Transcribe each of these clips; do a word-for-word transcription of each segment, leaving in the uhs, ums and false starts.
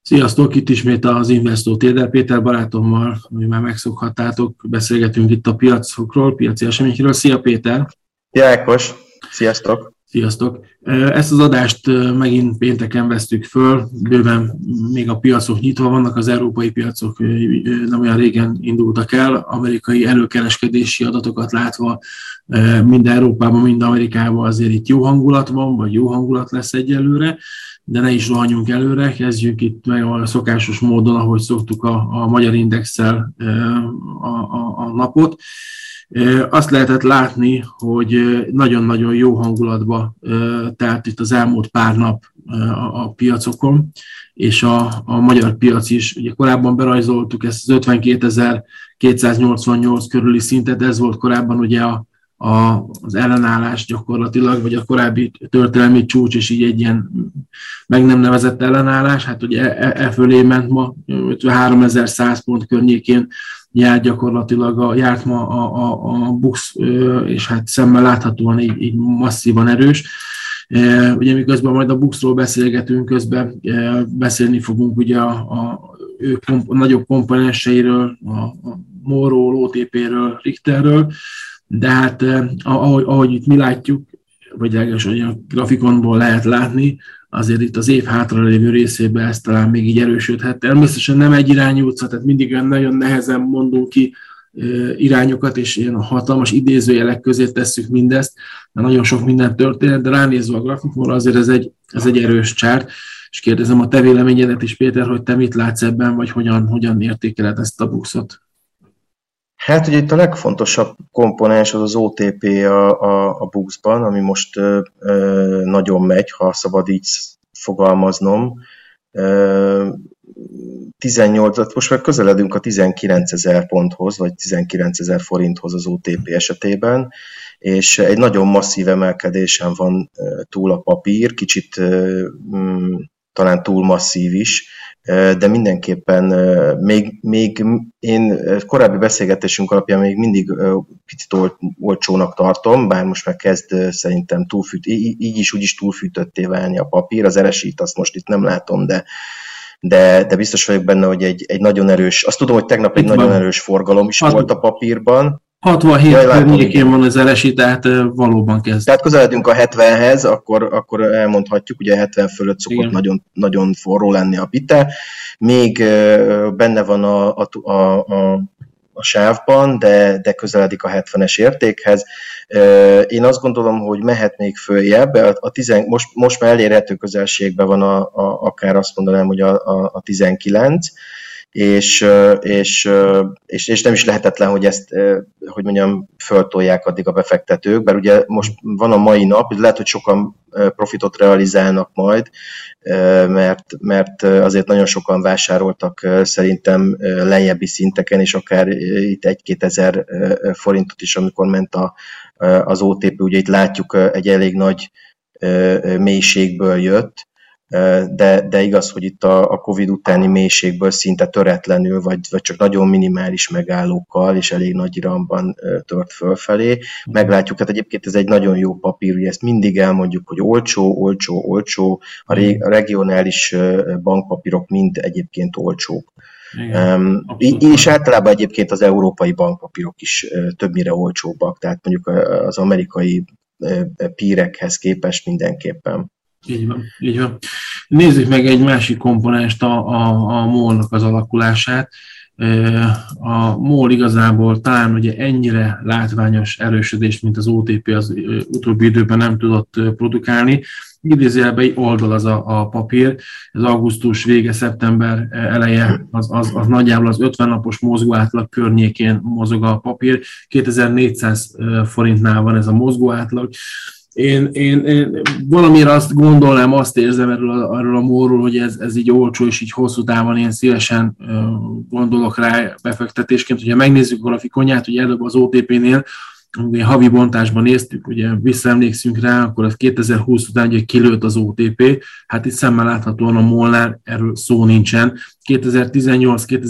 Sziasztok, itt ismét az Investor Trader Péter barátommal, ami már megszokhattátok, beszélgetünk itt a piacokról, piaci eseményekről. Szia Péter! Szia Ákos! Sziasztok! Sziasztok! Ezt az adást megint pénteken vesztük föl, bőven még a piacok nyitva vannak, az európai piacok nem olyan régen indultak el, amerikai előkereskedési adatokat látva mind Európában, mind Amerikában azért itt jó hangulat van, vagy jó hangulat lesz egyelőre, de ne is rohanjunk előre, kezdjük itt meg a szokásos módon, ahogy szoktuk a, a Magyar Indexsel a, a, a napot. Azt lehetett látni, hogy nagyon-nagyon jó hangulatban tehát itt az elmúlt pár nap a, a piacokon, és a, a magyar piac is. Ugye korábban berajzoltuk ezt az ötvenkétezer-kétszáznyolcvannyolc körüli szintet, ez volt korábban ugye a A, az ellenállás gyakorlatilag, vagy a korábbi történelmi csúcs, és így egy ilyen meg nem nevezett ellenállás, hát ugye e, e fölé ment ma, ötvenháromezer-száz pont környékén járt gyakorlatilag, a, járt ma a, a, a BUX, és hát szemmel láthatóan így, így masszívan erős. Ugye miközben majd a BUX-ról beszélgetünk, közben beszélni fogunk ugye a, a, ő komp- a nagyobb komponenseiről, a, a MOL-ról, o té pé-ről, Richterről, de hát ahogy, ahogy itt mi látjuk, vagy legalábbis a grafikonból lehet látni, azért itt az év hátralévő részében ez talán még így erősödhet. Természetesen nem egy irányú utca, tehát mindig nagyon nehezen mondunk ki irányokat, és ilyen hatalmas idézőjelek közé tesszük mindezt, mert nagyon sok minden történet, de ránézve a grafikonra azért ez egy, ez egy erős csárt, és kérdezem a te véleményedet is, Péter, hogy te mit látsz ebben, vagy hogyan, hogyan értékeled ezt a buxot? Hát ugye itt a legfontosabb komponens az az o té pé a, a, a buxban, ami most ö, ö, nagyon megy, ha szabad így fogalmaznom. Ö, tizennyolc, most már közeledünk a tizenkilencezer ponthoz, vagy tizenkilencezer forinthoz az o té pé esetében, és egy nagyon masszív emelkedésen van ö, túl a papír, kicsit ö, m, talán túl masszív is, de mindenképpen még, még én korábbi beszélgetésünk alapján még mindig picit olcsónak tartom, bár most már kezd szerintem túlfűt, így is úgy is túlfűtötté válni a papír, az er es i-t azt most itt nem látom, de, de, de biztos vagyok benne, hogy egy, egy nagyon erős, azt tudom, hogy tegnap egy itt nagyon van. Erős forgalom is hat, volt a papírban. hatvanhét környékén van az er es i, tehát valóban kezd. Tehát közeledünk a hetvenhez, akkor, akkor elmondhatjuk, ugye hetven fölött szokott nagyon, nagyon forró lenni a pite. Még benne van a, a, a, a, a sávban, de, de közeledik a hetvenes értékhez. Én azt gondolom, hogy mehet még följebb, a tizen, most, most már elérhető közelségben van a, a, akár azt mondanám, hogy a, a, a tizenkilenc, És, és, és, és nem is lehetetlen, hogy ezt, hogy mondjam, föltolják addig a befektetők, bár ugye most van a mai nap, lehet, hogy sokan profitot realizálnak majd, mert, mert azért nagyon sokan vásároltak szerintem lejjebbi szinteken, és akár itt egy-kétezer forintot is, amikor ment a, az o té pé, ugye itt látjuk egy elég nagy mélységből jött, De, de igaz, hogy itt a, a Covid utáni mélységből szinte töretlenül, vagy, vagy csak nagyon minimális megállókkal, és elég nagy iramban tört fölfelé. Meglátjuk, hát egyébként ez egy nagyon jó papír, ugye ezt mindig elmondjuk, hogy olcsó, olcsó, olcsó, a, ré, a regionális bankpapírok mind egyébként olcsók. Um, és általában egyébként az európai bankpapírok is többnyire olcsóbbak, tehát mondjuk az amerikai pírekhez képest mindenképpen. Így van, így van. Nézzük meg egy másik komponenst, a, a, a MOL-nak az alakulását. A MOL igazából talán ugye ennyire látványos erősödést, mint az o té pé az utóbbi időben nem tudott produkálni. Idézőjelben egy oldal az a, a papír, ez augusztus vége, szeptember eleje, az, az, az nagyjából az ötven napos mozgóátlag környékén mozog a papír. kétezer-négyszáz forintnál van ez a mozgóátlag. Én, én, én valamiért azt gondolnám, azt érzem erről a, erről a MOL-ról, hogy ez, ez így olcsó, és így hosszú távon én szívesen uh, gondolok rá befektetésként. Hogyha megnézzük a grafikonját, ugye előbb az o té pé-nél, ugye havi bontásban néztük, ugye visszaemlékszünk rá, akkor az kétezer-húsz után ugye kilőtt az o té pé, hát itt szemmel láthatóan a MOL-nál erről szó nincsen.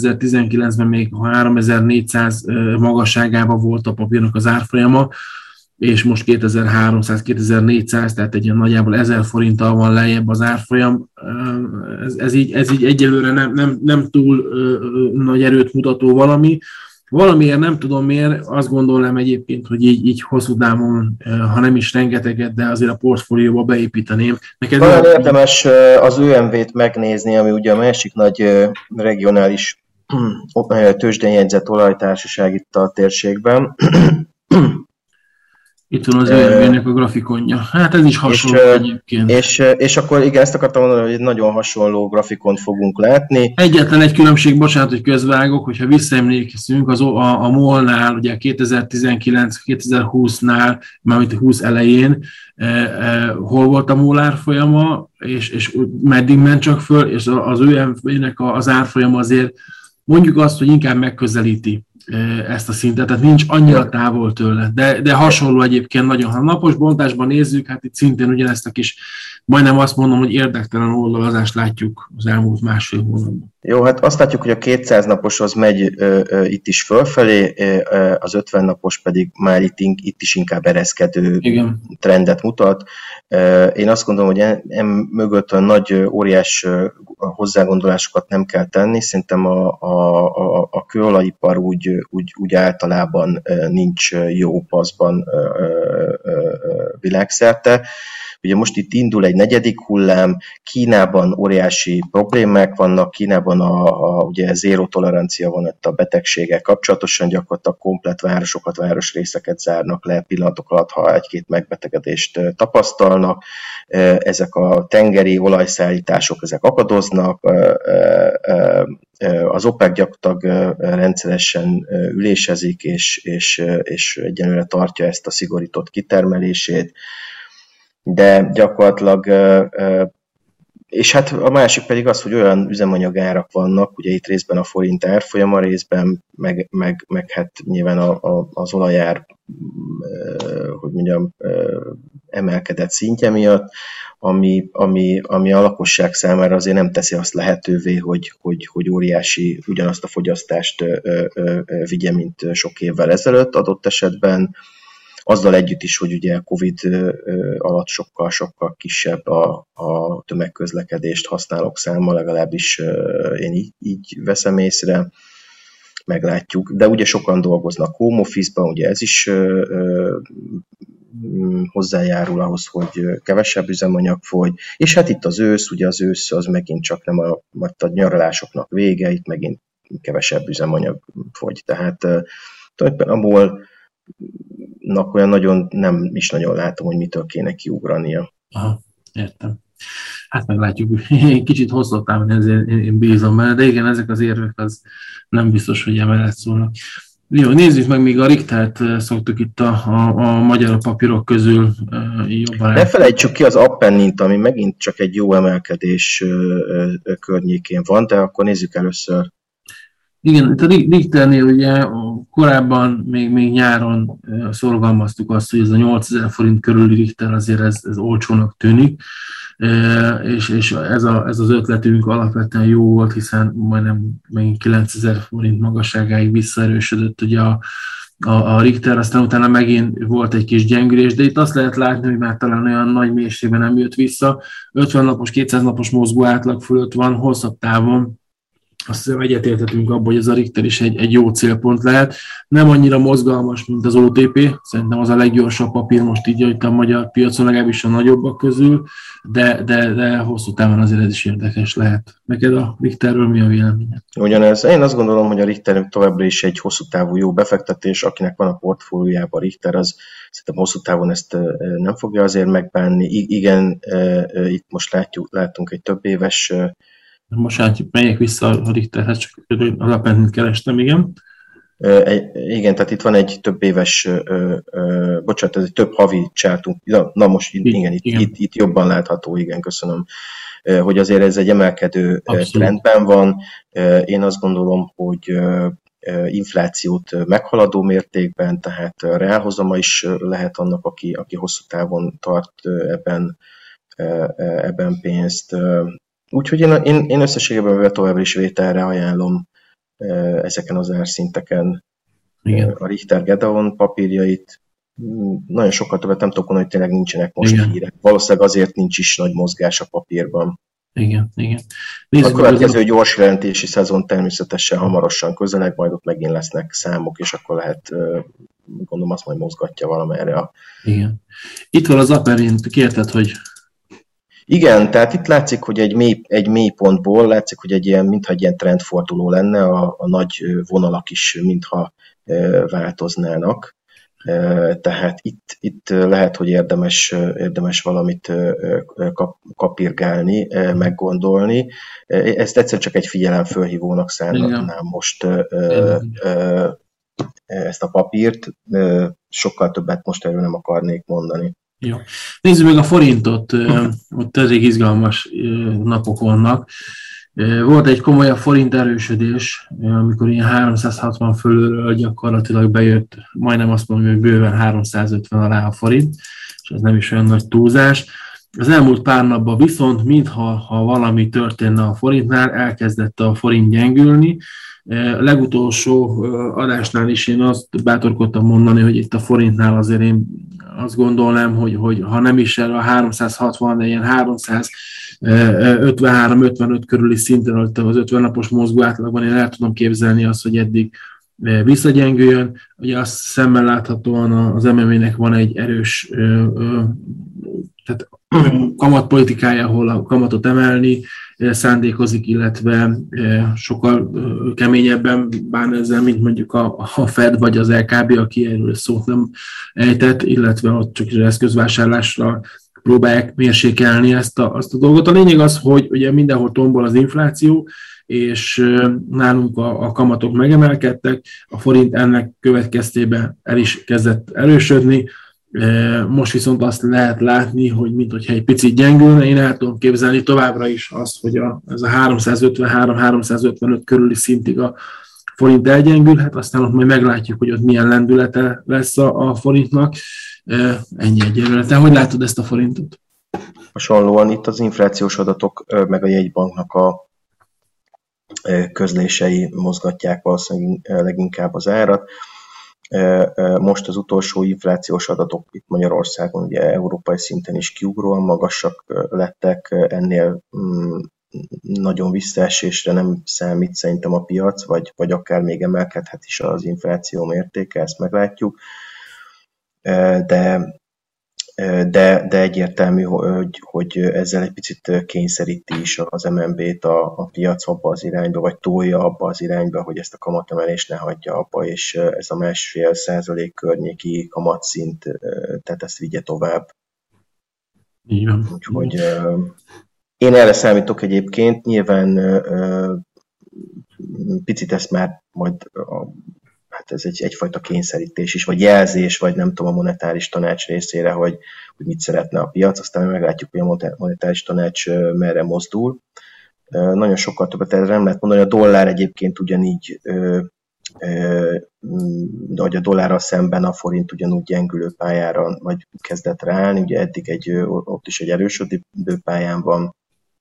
kétezer-tizennyolc-kétezer-tizenkilencben még háromezer-négyszáz magasságában volt a papírnak az árfolyama, és most kétezer-háromszáz-kétezer-négyszáz, tehát egy ilyen nagyjából ezer forinttal van lejjebb az árfolyam. Ez, ez, így, ez így egyelőre nem, nem, nem túl nagy erőt mutató valami. Valamiért nem tudom miért, azt gondolom egyébként, hogy így, így hosszú távon, ha nem is rengeteget, de azért a portfólióba beépíteném. Neked olyan érdemes az ö em vé-t megnézni, ami ugye a másik nagy regionális tőzsdén jegyzett olajtársaság itt a térségben. Itt van az ö em vé-nek a grafikonja. Hát ez is hasonló és, egyébként. És, és akkor igen, ezt akartam mondani, hogy egy nagyon hasonló grafikont fogunk látni. Egyetlen egy különbség, bocsánat, hogy közvágok, hogyha visszaemlékszünk, az, a, a MOL-nál, ugye kétezer-tizenkilenc-kétezer-húsznál, mármint a húsz elején, eh, eh, hol volt a MOL árfolyama, és, és meddig ment csak föl, és az ö em vé-nek az árfolyama azért mondjuk azt, hogy inkább megközelíti ezt a szintet, tehát nincs annyira távol tőle, de, de hasonló egyébként nagyon. Ha napos bontásban nézzük, hát itt szintén ugyanezt a kis, majdnem azt mondom, hogy érdektelen oldalazást látjuk az elmúlt másfél hónapban. Jó, hát azt látjuk, hogy a kétszáz napos az megy ö, ö, itt is fölfelé, ö, az ötven napos pedig már itt, itt is inkább ereszkedő Igen. trendet mutat. Ö, én azt gondolom, hogy em, em mögött a nagy, óriás hozzágondolásokat nem kell tenni, szerintem a, a, a, a kőolajipar úgy, úgy, úgy általában nincs jó paszban világszerte. Ugye most itt indul egy negyedik hullám, Kínában óriási problémák vannak, Kínában a, a, ugye zéró tolerancia van itt a betegséggel kapcsolatosan, gyakorlatilag komplett városokat, városrészeket zárnak le pillanatok alatt, ha egy-két megbetegedést tapasztalnak. Ezek a tengeri olajszállítások, ezek akadoznak, az OPEC gyakorlatilag rendszeresen ülésezik, és, és, és egyenlőre tartja ezt a szigorított kitermelését, de gyakorlatilag, és hát a másik pedig az, hogy olyan üzemanyagárak vannak, ugye itt részben a forint árfolyama, részben meg, meg, meg hát nyilván a, a, az olajár, hogy mondjam, emelkedett szintje miatt, ami, ami, ami a lakosság számára azért nem teszi azt lehetővé, hogy, hogy, hogy óriási ugyanazt a fogyasztást vigye, mint sok évvel ezelőtt adott esetben. Azzal együtt is, hogy ugye Covid alatt sokkal-sokkal kisebb a, a tömegközlekedést használók száma, legalábbis én így, így veszem észre, meglátjuk. De ugye sokan dolgoznak home office-ban, ugye ez is hozzájárul ahhoz, hogy kevesebb üzemanyag fogy. És hát itt az ősz, ugye az ősz az megint csak nem a, a nyaralásoknak vége, itt megint kevesebb üzemanyag fogy. Tehát tulajdonképpen abból olyan nagyon nem is nagyon látom, hogy mitől kéne kiugrania. Aha, értem. Hát meglátjuk. Kicsit hosszabb távon, ezért én bízom benne, de igen, ezek az érvek az nem biztos, hogy emellett szólnak. Jó, nézzük meg, még a Richtert szoktuk itt a, a, a magyar papírok közül jobban. Ne felejtsük ki az Appennint, ami megint csak egy jó emelkedés környékén van, de akkor nézzük először. Igen, itt a Richternél ugye korábban, még, még nyáron szorgalmaztuk azt, hogy ez a nyolcezer forint körüli Richter azért ez, ez olcsónak tűnik, és, és ez, a, ez az ötletünk alapvetően jó volt, hiszen majdnem megint kilencezer forint magasságáig visszaerősödött ugye a, a, a Richter, aztán utána megint volt egy kis gyengülés, de itt azt lehet látni, hogy már talán olyan nagy mélységben nem jött vissza, ötven napos, kétszáz napos mozgó átlag fölött van, hosszabb távon. Azt hiszem egyetértetünk abban, hogy ez a Richter is egy, egy jó célpont lehet. Nem annyira mozgalmas, mint az o té pé, szerintem az a leggyorsabb papír most így, hogy a magyar piacon legalábbis a nagyobbak közül, de, de, de hosszú távon azért ez is érdekes lehet. Neked a Richterről mi a véleményed? Ugyanez. Én azt gondolom, hogy a Richter továbbra is egy hosszú távú jó befektetés, akinek van a portfóliójában a Richter, az szerintem hosszú távon ezt nem fogja azért megbánni. I- igen, itt most látjuk, látunk egy több éves. Most látjuk, megyek vissza a Richterhez, csak alapvetően kerestem, igen. E, igen, tehát itt van egy több éves, ö, ö, bocsánat, ez egy több havi csártunk. Na, na most itt, igen, itt, igen. Itt, itt jobban látható, igen, köszönöm, hogy azért ez egy emelkedő Abszolút. Trendben van. Én azt gondolom, hogy inflációt meghaladó mértékben, tehát reálhozama is lehet annak, aki, aki hosszú távon tart ebben, ebben pénzt. Úgyhogy én, én, én összességében továbbra is vételre ajánlom ezeken az árszinteken Igen. a Richter Gedeon papírjait. nagyon sokkal többet nem tudok mondani, hogy tényleg nincsenek most igen. hírek. Valószínűleg azért nincs is nagy mozgás a papírban. Igen, igen. Nézzük, a következő gyors jelentési szezon természetesen hamarosan közeleg, majd ott megint lesznek számok, és akkor lehet, gondolom, azt majd mozgatja valamerre a... Igen. Itt van az Aperint, kérted, hogy... Igen, tehát itt látszik, hogy egy mély, egy mély pontból látszik, hogy egy ilyen, mintha egy ilyen trendforduló lenne, a, a nagy vonalak is mintha változnának. Tehát itt, itt lehet, hogy érdemes, érdemes valamit kap, kapirgálni, meggondolni. Ezt egyszer csak egy figyelemfölhívónak szánnám most Igen. ezt a papírt. Sokkal többet most erről nem akarnék mondani. Jó. Nézzük meg a forintot, ott elég izgalmas napok vannak. Volt egy komolyabb forint erősödés, amikor ilyen háromszázhatvan fölülről gyakorlatilag bejött, majdnem azt mondom, hogy bőven háromszázötven alá a forint, és ez nem is olyan nagy túlzás. Az elmúlt pár napban viszont, mintha ha valami történne a forintnál, elkezdett a forint gyengülni. Legutolsó adásnál is én azt bátorkodtam mondani, hogy itt a forintnál azért én azt gondolnám, hogy, hogy ha nem is erre a háromszázhatvan, de ilyen háromszázötvenhárom ötvenöt körüli szinten, az ötven napos mozgó átlagban én el tudom képzelni azt, hogy eddig visszagyengüljön. Ugye azt szemmel láthatóan az em em é-nek van egy erős tehát kamatpolitikája, ahol a kamatot emelni szándékozik, illetve sokkal keményebben bán ezzel, mint mondjuk a, a Fed vagy az el ká bé, aki erről szót nem ejtett, illetve ott csak eszközvásárlásra próbálják mérsékelni ezt a, azt a dolgot. A lényeg az, hogy ugye mindenhol tombol az infláció, és nálunk a, a kamatok megemelkedtek, a forint ennek következtében el is kezdett erősödni. Most viszont azt lehet látni, hogy minthogyha egy picit gyengülne, én el tudom képzelni továbbra is azt, hogy a, ez a háromszázötvenhárom háromszázötvenöt körüli szintig a forint elgyengülhet, aztán ott majd meglátjuk, hogy ott milyen lendülete lesz a, a forintnak. Ennyi egyelőre. Te hogy látod ezt a forintot? Hasonlóan itt az inflációs adatok meg a jegybanknak a közlései mozgatják valószínűleg leginkább az árat. Most az utolsó inflációs adatok itt Magyarországon, ugye európai szinten is kiugróan magasak lettek, ennél nagyon visszaesésre nem számít szerintem a piac, vagy, vagy akár még emelkedhet is az infláció mértéke, ezt meglátjuk. De, de, de egyértelmű, hogy, hogy ezzel egy picit kényszeríti is az em en bé-t a, a piac abba az irányba, vagy tolja abba az irányba, hogy ezt a kamatemelést ne hagyja abba, és ez a másfél százalék környéki kamatszint, tehát ezt vigye tovább. Igen. Úgyhogy én erre számítok egyébként, nyilván picit ezt már majd a hát ez egy, egyfajta kényszerítés is, vagy jelzés, vagy nem tudom, a monetáris tanács részére, hogy, hogy mit szeretne a piac, aztán meglátjuk, hogy a monetáris tanács merre mozdul. Nagyon sokkal többet erre nem lehet mondani, a dollár egyébként ugyanígy, hogy a dollárral szemben a forint ugyanúgy gyengülő pályára vagy kezdett ráállni, ugye eddig egy, ott is egy erősödő pályán van,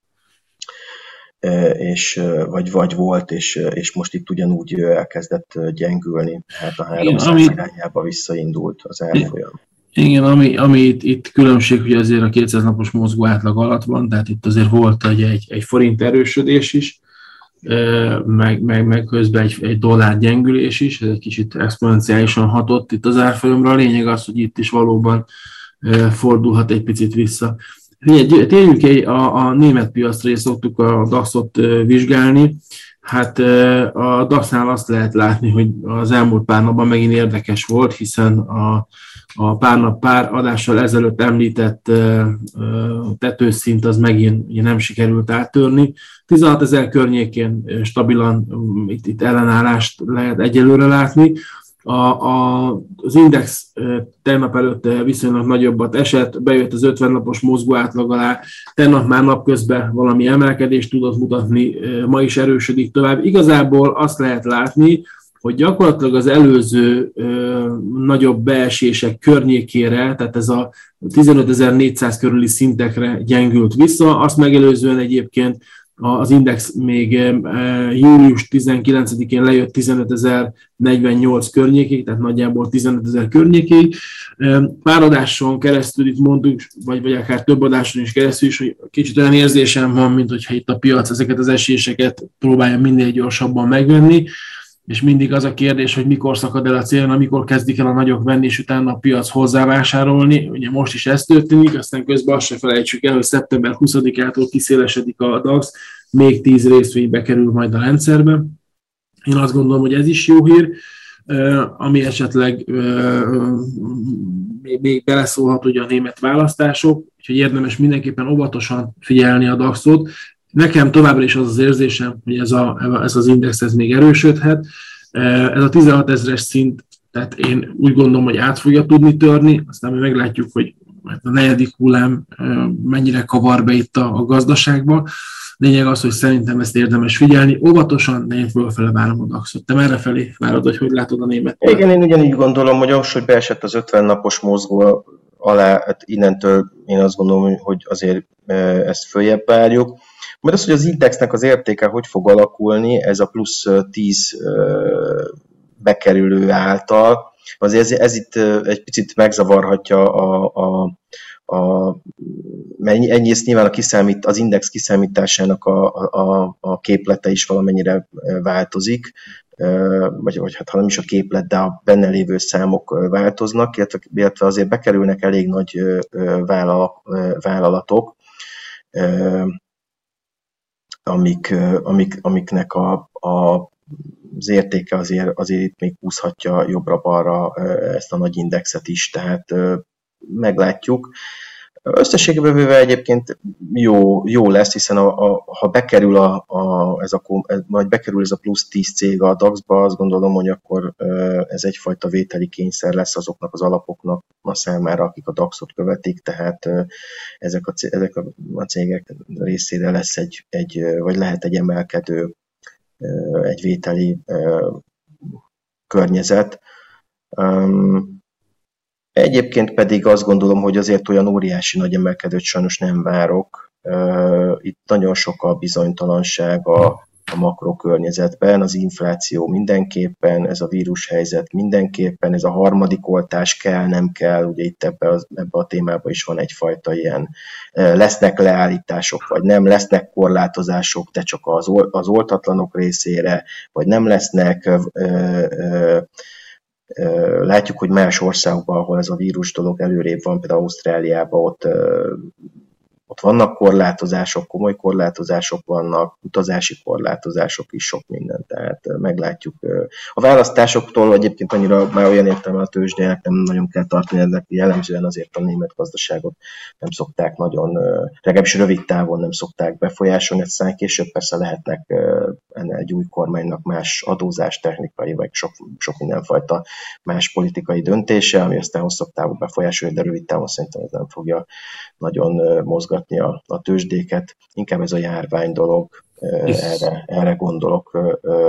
és vagy, vagy volt, és, és most itt ugyanúgy elkezdett gyengülni, hát a háromszáz ami, irányába visszaindult az árfolyam. Igen, ami, ami itt, itt különbség, hogy azért a kétszáz napos mozgó átlag alatt van, tehát itt azért volt egy, egy, egy forint erősödés is, meg, meg, meg közben egy, egy dollár gyengülés is, ez egy kicsit exponenciálisan hatott itt az árfolyamra. A lényeg az, hogy itt is valóban fordulhat egy picit vissza. Térjünk egy, a, a német piacra, és szoktuk a daxot vizsgálni. Hát a daxnál azt lehet látni, hogy az elmúlt pár napban megint érdekes volt, hiszen a, a pár nap pár adással ezelőtt említett tetőszint az megint nem sikerült áttörni. tizenhatezer környékén stabilan itt, itt ellenállást lehet egyelőre látni. A, a, az index tegnap előtt viszonylag nagyobbat esett, bejött az ötven napos mozgó átlag alá, tegnap már napközben valami emelkedést tudott mutatni, ma is erősödik tovább. Igazából azt lehet látni, hogy gyakorlatilag az előző ö, nagyobb beesések környékére, tehát ez a tizenötezer-négyszáz körüli szintekre gyengült vissza, azt megelőzően egyébként az index még július tizenkilencedikén lejött tizenötezer-negyvennyolc környékig, tehát nagyjából tizenötezer környékig. Pár adáson keresztül itt mondtuk, vagy, vagy akár több adáson is keresztül is, hogy kicsit olyan érzésem van, mint hogyha itt a piac ezeket az eséseket próbálja minél gyorsabban megvenni, és mindig az a kérdés, hogy mikor szakad el a célon, amikor kezdik el a nagyok venni, és utána a piac hozzávásárolni. Ugye most is ez történik, aztán közben azt se felejtsük el, hogy szeptember huszadikától kiszélesedik a DAX, még tíz részvény bekerül majd a rendszerbe. Én azt gondolom, hogy ez is jó hír, ami esetleg még beleszólhat ugye a német választások, úgyhogy érdemes mindenképpen óvatosan figyelni a DAX-ot. Nekem továbbra is az az érzésem, hogy ez, a, ez az index ez még erősödhet. Ez a tizenhat ezres szint, tehát én úgy gondolom, hogy át fogja tudni törni, aztán mi meglátjuk, hogy a negyedik hullám mennyire kavar be itt a, a gazdaságba. Lényeg az, hogy szerintem ezt érdemes figyelni. Óvatosan, de én fölfele várom a DAX-ot. Te merre felé várod, hogy hogy látod a német? Igen, én ugyanígy gondolom, hogy ahhoz, hogy beesett az ötven napos mozgó alá, hát innentől én azt gondolom, hogy azért ezt följebb várjuk. Mert az, hogy az indexnek az értéke hogy fog alakulni, ez a plusz tíz bekerülő által, azért ez, ez itt egy picit megzavarhatja a, a, a ennyi, ez nyilván a kiszámít, az index kiszámításának a, a, a képlete is valamennyire változik, vagy, vagy hát ha nem is a képlet, de a benne lévő számok változnak, illetve, illetve azért bekerülnek elég nagy vállalatok, amik, amik, amiknek a, a, az értéke azért, azért itt még húzhatja jobbra-balra ezt a nagy indexet is, tehát meglátjuk. Összességében véve egyébként jó, jó lesz, hiszen a, a, ha bekerül, a, a, ez a, majd bekerül ez a plusz tíz cég a DAX-ba, azt gondolom, hogy akkor ez egyfajta vételi kényszer lesz azoknak az alapoknak a számára, akik a DAX-ot követik, tehát ezek a, ezek a cégek részére lesz egy, egy, vagy lehet egy emelkedő, egy vételi környezet. Egyébként pedig azt gondolom, hogy azért olyan óriási nagy emelkedőt sajnos nem várok. Itt nagyon sok a bizonytalanság a, a makrokörnyezetben, az infláció mindenképpen, ez a vírushelyzet mindenképpen, ez a harmadik oltás kell, nem kell, ugye itt ebbe a, ebbe a témában is van egyfajta ilyen, lesznek leállítások, vagy nem, lesznek korlátozások, de csak az, az oltatlanok részére, vagy nem lesznek. Ö, ö, Látjuk, hogy más országokban, ahol ez a vírus dolog előrébb van, például Ausztráliában, ott, ott vannak korlátozások, komoly korlátozások vannak, utazási korlátozások is, sok minden, tehát meglátjuk. A választásoktól egyébként annyira már olyan értelme a tőzsdének nem nagyon kell tartani, ennek jellemzően azért a német gazdaságot nem szokták nagyon, legalábbis rövid távon nem szokták befolyásolni, aztán később persze lehetnek ennél egy új kormánynak más adózás technikai, vagy sok, sok mindenfajta más politikai döntése, ami aztán hosszabb távon befolyásolja, de rövid távon szerintem ez nem fogja nagyon mozgatni a, a tőzsdéket. Inkább ez a járvány dolog, erre, erre gondolok.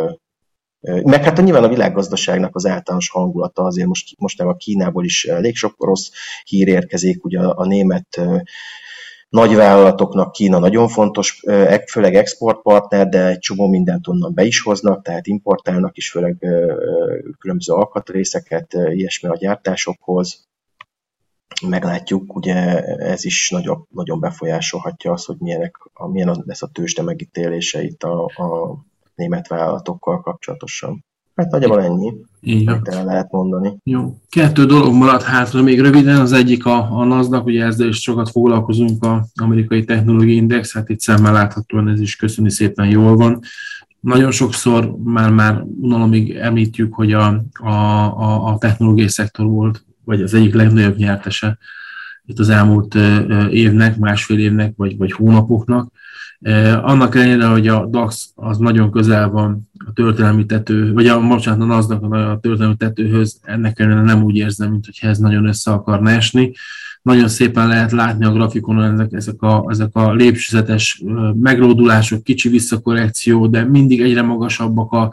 Meg hát nyilván a világgazdaságnak az általános hangulata, azért most, mostanában Kínából is elég sok rossz hír érkezik, ugye a, a német nagyvállalatoknak Kína nagyon fontos, főleg exportpartner, de egy csomó mindent onnan be is hoznak, tehát importálnak is, főleg különböző alkatrészeket, ilyesmi a gyártásokhoz. Meglátjuk, ugye ez is nagyon, nagyon befolyásolhatja azt, hogy milyenek, milyen lesz a tőzsde megítélése itt a, a német vállalatokkal kapcsolatosan. Hát nagyjából ennyi, amit el lehet mondani. Jó. Kettő dolog maradt hátra még röviden, az egyik a, a NASDAQ, ugye ezzel is sokat foglalkozunk, az amerikai technológiai index, hát itt szemmel láthatóan ez is köszöni szépen jól van. Nagyon sokszor már, már unalomig említjük, hogy a, a, a, a technológiai szektor volt, vagy az egyik legnagyobb nyertese itt az elmúlt évnek, másfél évnek, vagy, vagy hónapoknak. Annak ellenére, hogy a DAX az nagyon közel van a történelmi tető, vagy a, bocsánat, a NASDAQ a történelmi tetőhöz, ennek ellenére nem úgy érzem, mint hogyha ez nagyon össze akarna esni. Nagyon szépen lehet látni a grafikonon ezek, ezek, a, ezek a lépcsőzetes megródulások, kicsi visszakorrekció, de mindig egyre magasabbak a,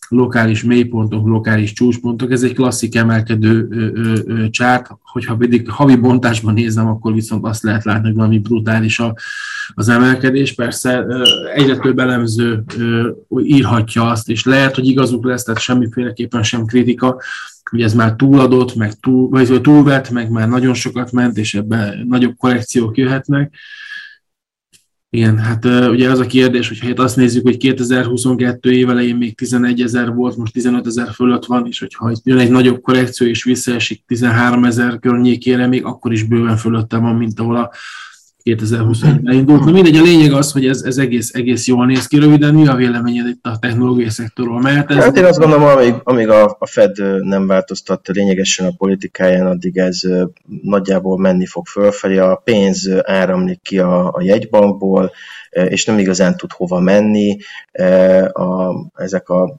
lokális mélypontok, lokális csúcspontok. Ez egy klasszik emelkedő csárt, hogyha pedig havi bontásban nézem, akkor viszont azt lehet látni, hogy valami brutális az emelkedés. Persze egyre több elemző írhatja azt, és lehet, hogy igazuk lesz, tehát semmiféleképpen sem kritika, hogy ez már túladott, meg túl, vagy túlvett, meg már nagyon sokat ment, és ebben nagyobb korrekciók jöhetnek. Igen, hát ugye az a kérdés, hogyha itt azt nézzük, hogy kétezer-huszonkettő év elején még tizenegyezer volt, most tizenötezer fölött van, és hogyha itt jön egy nagyobb korrekció, és visszaesik tizenháromezer környékére, még akkor is bőven fölötte van, mint ahol a kétezer-huszonegyben indult. Na mindegy, a lényeg az, hogy ez, ez egész, egész jól néz ki. Röviden, mi a véleményed itt a technológiai szektorról? Mert ez... Hát én azt gondolom, amíg, amíg a, a Fed nem változtat lényegesen a politikáján, addig ez nagyjából menni fog fölfelé. A pénz áramlik ki a, a jegybankból, és nem igazán tud hova menni. A, ezek a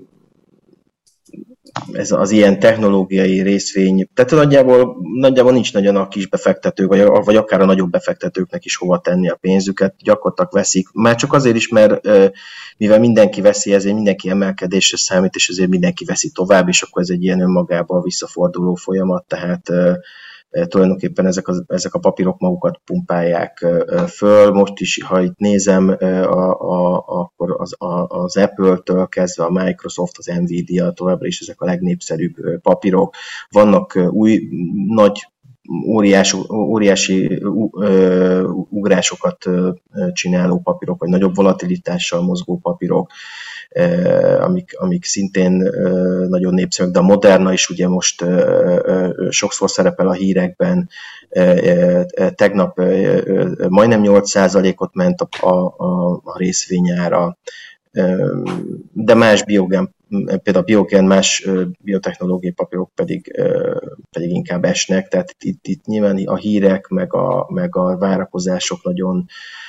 ez az ilyen technológiai részvény, tehát nagyjából, nagyjából nincs nagyon a kis befektetők, vagy, vagy akár a nagyobb befektetőknek is hova tenni a pénzüket, gyakorlatilag veszik. Már csak azért is, mert mivel mindenki veszi, ezért mindenki emelkedésre számít, és ezért mindenki veszi tovább, és akkor ez egy ilyen önmagában visszaforduló folyamat, tehát tulajdonképpen ezek a, ezek a papírok magukat pumpálják föl. Most is, ha itt nézem, a, a, akkor az, a, az Apple-től kezdve a Microsoft, az Nvidia, továbbra is ezek a legnépszerűbb papírok. Vannak új, nagy, óriás, óriási ugrásokat csináló papírok, vagy nagyobb volatilitással mozgó papírok, amik, amik szintén nagyon népszerűek, de a Moderna is ugye most sokszor szerepel a hírekben. Tegnap majdnem nyolc százalékot ment a, a, a részvényára, de más biogen, például a biogen, más biotechnológiai papírok pedig, pedig inkább esnek, tehát itt, itt nyilván a hírek, meg a, meg a várakozások nagyon,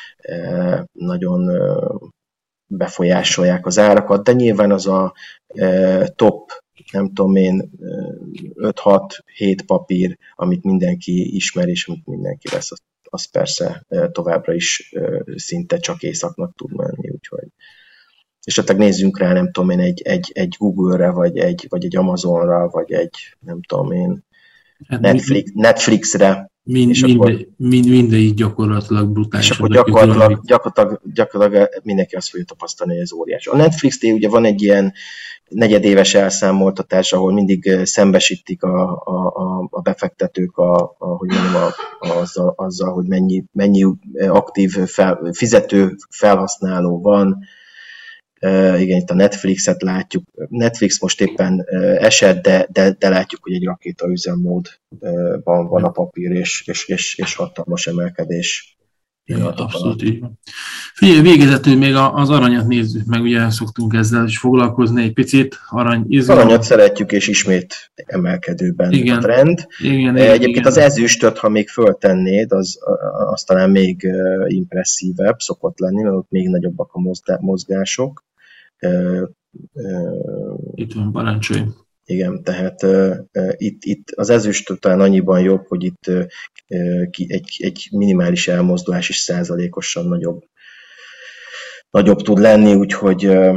nagyon befolyásolják az árakat, de nyilván az a top, nem tudom én, öt-hat-hét papír, amit mindenki ismer, és amit mindenki vesz, az, az persze továbbra is szinte csak északnak tud menni, úgyhogy. És tehát nézzünk rá, nem tudom én, egy, egy, egy Google-re, vagy egy, vagy egy Amazonra, vagy egy, nem tudom én, hát Netflix, Netflixre. Mind, és mind, akkor, mind, mindegyik gyakorlatilag brutális. És akkor gyakorlatilag, gyakorlatilag, gyakorlatilag mindenki azt fogja tapasztalni, hogy ez óriás. A Netflix-nél ugye van egy ilyen negyedéves elszámoltatás, ahol mindig szembesítik a, a, a befektetők a, a, hogy mondjam, a, azzal, azzal, hogy mennyi, mennyi aktív fel, fizető felhasználó van. Uh, igen, itt a Netflixet látjuk. Netflix most éppen uh, esett, de, de, de látjuk, hogy egy rakéta üzemmódban uh, van a papír, és, és, és, és hatalmas emelkedés. Ja, abszolút így van. Figyelj, végezetül még az aranyat nézzük meg, ugye szoktunk ezzel is foglalkozni egy picit. Arany izgalom. Aranyat szeretjük, és ismét emelkedőben igen. A trend. Igen, Egyébként igen. Az ezüstöt, ha még föltennéd, az, az talán még impresszívebb szokott lenni, mert ott még nagyobbak a mozgások. Itt van, parancsolj. Igen, tehát uh, itt, itt az ezüst talán annyiban jobb, hogy itt uh, egy, egy minimális elmozdulás is százalékosan nagyobb, nagyobb tud lenni, úgyhogy uh,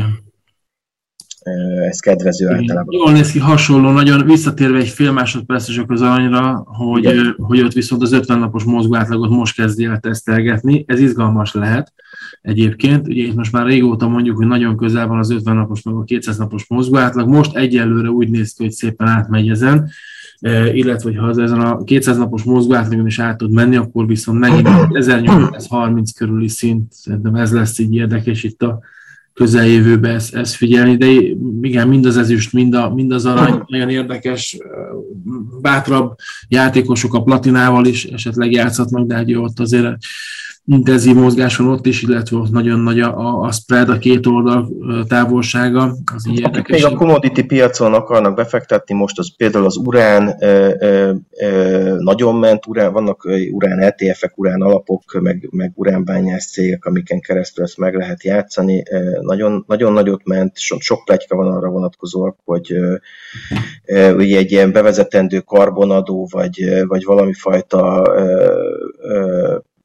uh, ez kedvező igen. Általában. Jól néz ki, hasonló, nagyon visszatérve egy fél másodpercesek az aranyra, hogy, uh, hogy ott viszont az ötven napos mozgó átlagot most kezdi el tesztelgetni, ez izgalmas lehet. Egyébként, ugye itt most már régóta mondjuk, hogy nagyon közel van az ötven napos, meg a kétszáz napos mozgóátlag, most egyelőre úgy néz ki, hogy szépen átmegy ezen, e, illetve, hogyha az ezen a kétszáz napos mozgóátlagon is át tud menni, akkor viszont megint ezernyolcszázharminc körüli szint, szerintem ez lesz így érdekes itt a közeljövőben ezt, ezt figyelni, de igen, mind az ezüst, mind, a, mind az arany nagyon érdekes, bátrabb játékosok a platinával is esetleg játszhatnak, de hát ott azért intenzív mozgás van ott is, illetve ott nagyon nagy a, a spread, a két oldal távolsága, az így érdekes. Még a commodity piacon akarnak befektetni, most az például az urán ö, ö, ö, nagyon ment, urán, vannak urán é té ef-ek, urán alapok, meg, meg uránbányász cégek, amiken keresztül ezt meg lehet játszani. Nagyon, nagyon nagyot ment, so, sok pletyka van arra vonatkozóak, hogy ö, ö, ugye egy ilyen bevezetendő karbonadó, vagy, vagy valami fajta ö, ö,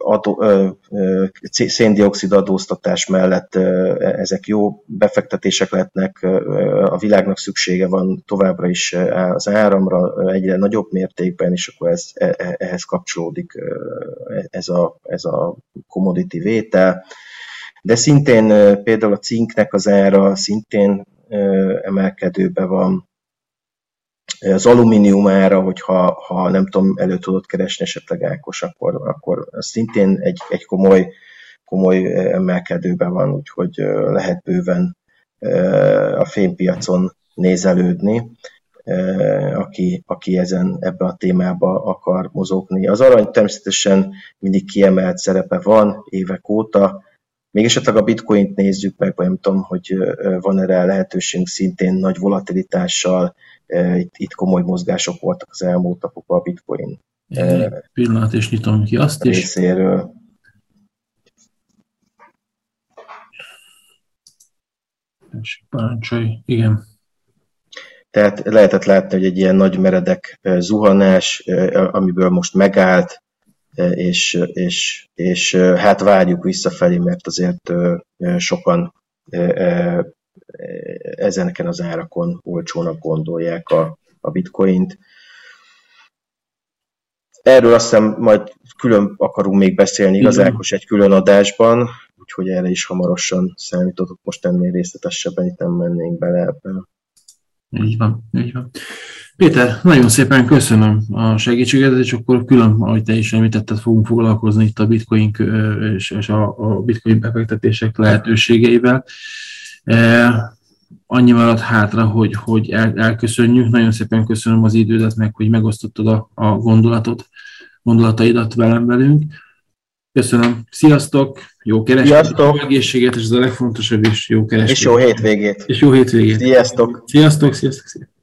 adó, széndioxid adóztatás mellett ezek jó befektetések lehetnek, a világnak szüksége van továbbra is az áramra egyre nagyobb mértékben, és akkor ez, ehhez kapcsolódik ez a, ez a commodity vétel. De szintén például a cinknek az ára szintén emelkedőben van. Az alumínium ára, hogyha ha nem tudom, elő tudod keresni esetleg Ákos, akkor, akkor szintén egy, egy komoly, komoly emelkedőben van, úgyhogy lehet bőven a fémpiacon nézelődni, aki, aki ezen, ebbe a témába akar mozogni. Az arany természetesen mindig kiemelt szerepe van évek óta, még esetleg a bitcoint nézzük meg, vagy nem tudom, hogy van erre lehetőségünk szintén nagy volatilitással. Itt, itt komoly mozgások voltak az elmúlt napokban a bitcoin. Egy pillanat, és nyitom ki azt is. Részéről. Parancsolj, igen. Tehát lehetett látni, hogy egy ilyen nagy meredek zuhanás, amiből most megállt, és, és, és hát várjuk visszafelé, mert azért sokan ezeneken az árakon olcsónak gondolják a, a bitcoint. Erről azt hiszem majd külön akarunk még beszélni, igaz Ákos, egy külön adásban, úgyhogy erre is hamarosan számítotok, most ennél részletesebben itt nem mennénk bele ebben. Így van, így van. Péter, nagyon szépen köszönöm a segítségedet, és akkor külön, ahogy te is említetted, fogunk foglalkozni itt a bitcoin és a bitcoin befektetések lehetőségeivel. Annyi maradt hátra, hogy, hogy el, elköszönjük. Nagyon szépen köszönöm az idődet, meg hogy megosztottad a, a gondolatot, gondolataidat velem velünk. Köszönöm. Sziasztok! Jó kereskedést, jó egészséget, és ez a legfontosabb is, jó kereskedést. És jó hétvégét. És jó hétvégét. Sziasztok! Sziasztok, sziasztok, sziasztok.